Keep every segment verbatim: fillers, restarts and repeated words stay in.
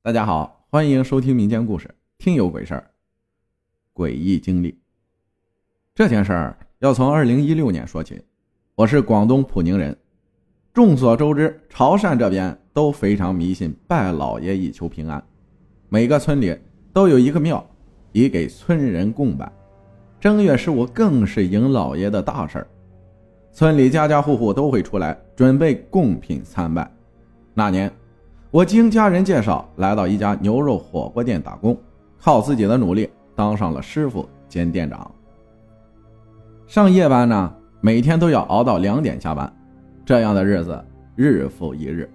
大家好，欢迎收听民间故事，听有鬼事儿，诡异经历。这件事儿要从二零一六年说起。我是广东普宁人，众所周知，潮汕这边都非常迷信拜老爷以求平安，每个村里都有一个庙，以给村人供拜。正月十五更是迎老爷的大事儿，村里家家户户都会出来准备贡品参拜。那年我经家人介绍来到一家牛肉火锅店打工，靠自己的努力当上了师傅兼店长。上夜班呢，每天都要熬到两点下班，这样的日子日复一日。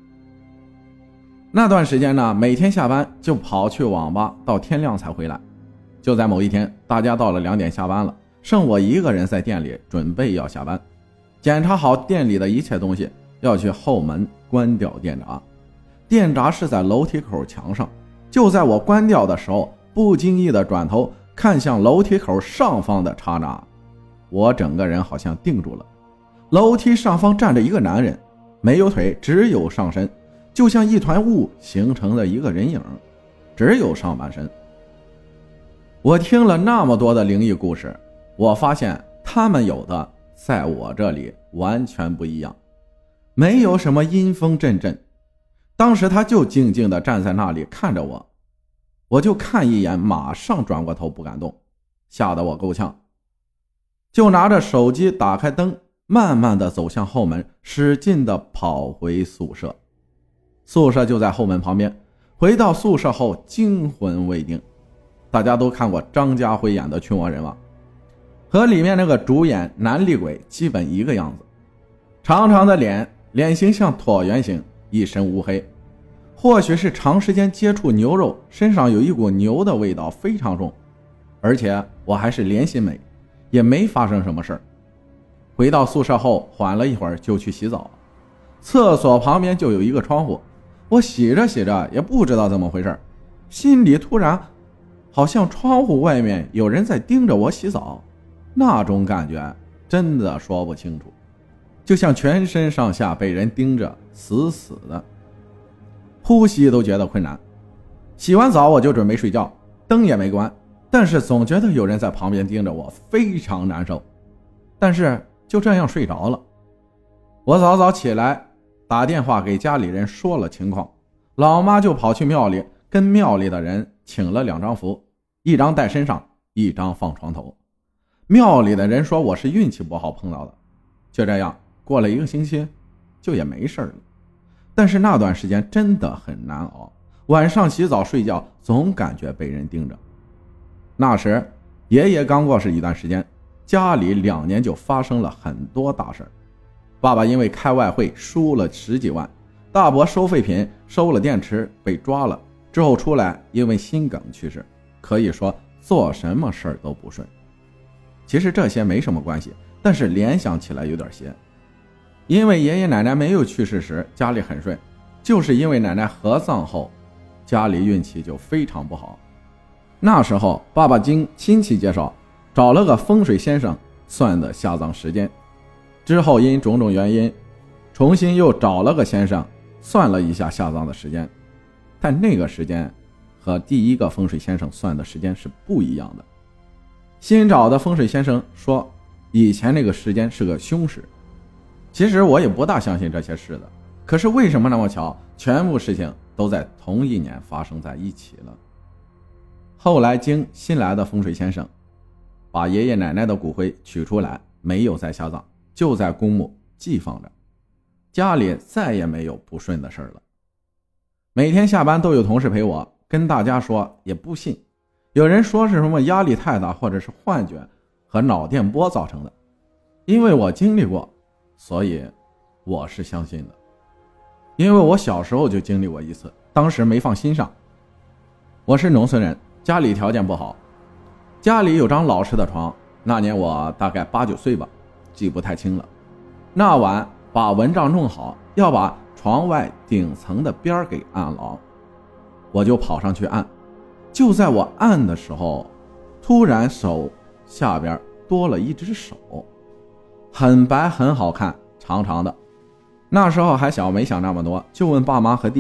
那段时间呢，每天下班就跑去网吧，到天亮才回来。就在某一天，大家到了两点下班了，剩我一个人在店里准备要下班，检查好店里的一切东西，要去后门关掉电闸。电闸是在楼梯口墙上，就在我关掉的时候，不经意的转头看向楼梯口上方的刹那，我整个人好像定住了。楼梯上方站着一个男人，没有腿，只有上身，就像一团雾形成的一个人影，只有上半身。我听了那么多的灵异故事，我发现他们有的在我这里完全不一样，没有什么阴风阵阵。当时他就静静地站在那里看着我，我就看一眼，马上转过头不敢动，吓得我够呛，就拿着手机打开灯，慢慢地走向后门，使劲地跑回宿舍。宿舍就在后门旁边，回到宿舍后惊魂未定。大家都看过张家辉演的《驱魔人》吧，和里面那个主演男厉鬼基本一个样子，长长的脸，脸型像椭圆形，一身乌黑，或许是长时间接触牛肉，身上有一股牛的味道非常重，而且我还是连心美，也没发生什么事儿。回到宿舍后缓了一会儿就去洗澡，厕所旁边就有一个窗户，我洗着洗着也不知道怎么回事，心里突然好像窗户外面有人在盯着我洗澡，那种感觉真的说不清楚，就像全身上下被人盯着死死的，呼吸都觉得困难。洗完澡我就准备睡觉，灯也没关，但是总觉得有人在旁边盯着我，非常难受，但是就这样睡着了。我早早起来打电话给家里人说了情况，老妈就跑去庙里跟庙里的人请了两张符，一张戴身上，一张放床头。庙里的人说我是运气不好碰到的。就这样过了一个星期就也没事了，但是那段时间真的很难熬，晚上洗澡睡觉总感觉被人盯着。那时爷爷刚过世一段时间，家里两年就发生了很多大事。爸爸因为开外汇输了十几万，大伯收废品收了电池被抓了，之后出来因为心梗去世，可以说做什么事儿都不顺。其实这些没什么关系，但是联想起来有点邪。因为爷爷奶奶没有去世时家里很顺，就是因为奶奶合葬后家里运气就非常不好。那时候爸爸经亲戚介绍找了个风水先生算的下葬时间，之后因种种原因重新又找了个先生算了一下下葬的时间，但那个时间和第一个风水先生算的时间是不一样的。新找的风水先生说以前那个时间是个凶时，其实我也不大相信这些事的，可是为什么那么巧，全部事情都在同一年发生在一起了。后来经新来的风水先生把爷爷奶奶的骨灰取出来，没有再下葬，就在公墓寄放着，家里再也没有不顺的事了。每天下班都有同事陪我，跟大家说也不信，有人说是什么压力太大，或者是幻觉和脑电波造成的，因为我经历过，所以我是相信的。因为我小时候就经历过一次，当时没放心上。我是农村人，家里条件不好，家里有张老式的床，那年我大概八九岁吧，记不太清了。那晚把蚊帐弄好，要把床外顶层的边给按牢，我就跑上去按。就在我按的时候，突然手下边多了一只手，很白很好看，长长的。那时候还小，没想那么多，就问爸妈和弟弟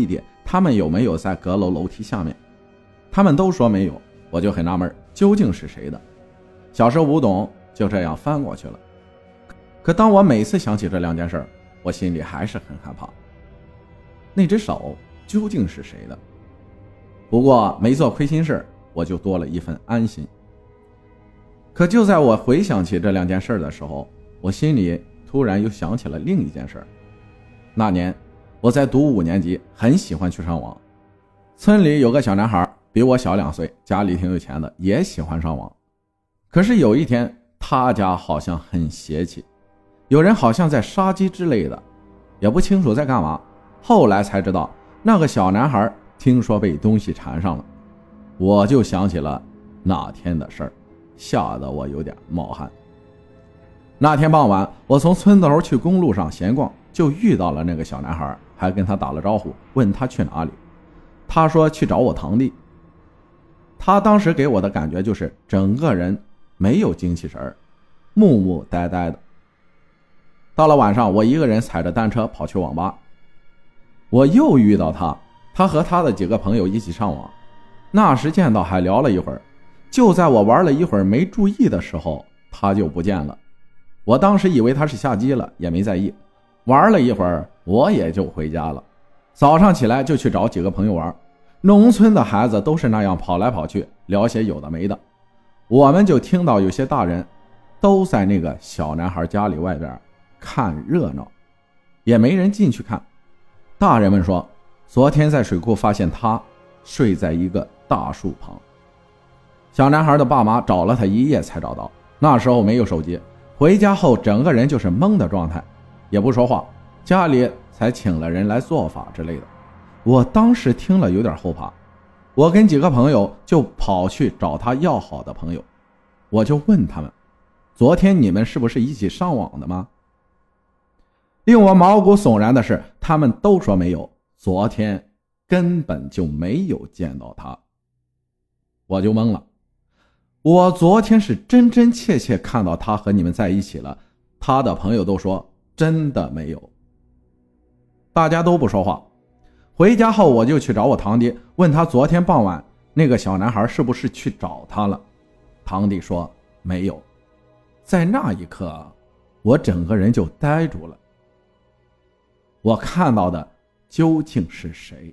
他们有没有在阁楼楼梯下面。他们都说没有，我就很纳闷，究竟是谁的？小时候不懂，就这样翻过去了。可当我每次想起这两件事，我心里还是很害怕。那只手究竟是谁的？不过没做亏心事，我就多了一份安心。可就在我回想起这两件事的时候，我心里突然又想起了另一件事。那年我在读五年级，很喜欢去上网。村里有个小男孩比我小两岁，家里挺有钱的，也喜欢上网。可是有一天他家好像很邪气，有人好像在杀鸡之类的，也不清楚在干嘛。后来才知道那个小男孩听说被东西缠上了。我就想起了那天的事儿，吓得我有点冒汗。那天傍晚，我从村头去公路上闲逛，就遇到了那个小男孩，还跟他打了招呼，问他去哪里。他说去找我堂弟。他当时给我的感觉就是整个人没有精气神，木木呆呆的。到了晚上，我一个人踩着单车跑去网吧，我又遇到他，他和他的几个朋友一起上网。那时见到还聊了一会儿，就在我玩了一会儿没注意的时候，他就不见了。我当时以为他是下机了，也没在意。玩了一会儿，我也就回家了。早上起来就去找几个朋友玩，农村的孩子都是那样跑来跑去，聊些有的没的。我们就听到有些大人都在那个小男孩家里外边看热闹，也没人进去看。大人们说，昨天在水库发现他睡在一个大树旁。小男孩的爸妈找了他一夜才找到，那时候没有手机，回家后整个人就是懵的状态，也不说话，家里才请了人来做法之类的。我当时听了有点后怕，我跟几个朋友就跑去找他要好的朋友，我就问他们，昨天你们是不是一起上网的吗？令我毛骨悚然的是，他们都说没有，昨天根本就没有见到他。我就懵了，我昨天是真真切切看到他和你们在一起了，他的朋友都说真的没有。大家都不说话。回家后我就去找我堂弟，问他昨天傍晚那个小男孩是不是去找他了。堂弟说没有。在那一刻，我整个人就呆住了。我看到的究竟是谁？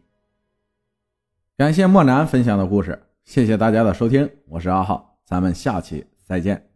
感谢莫南分享的故事，谢谢大家的收听，我是阿浩，咱们下期再见。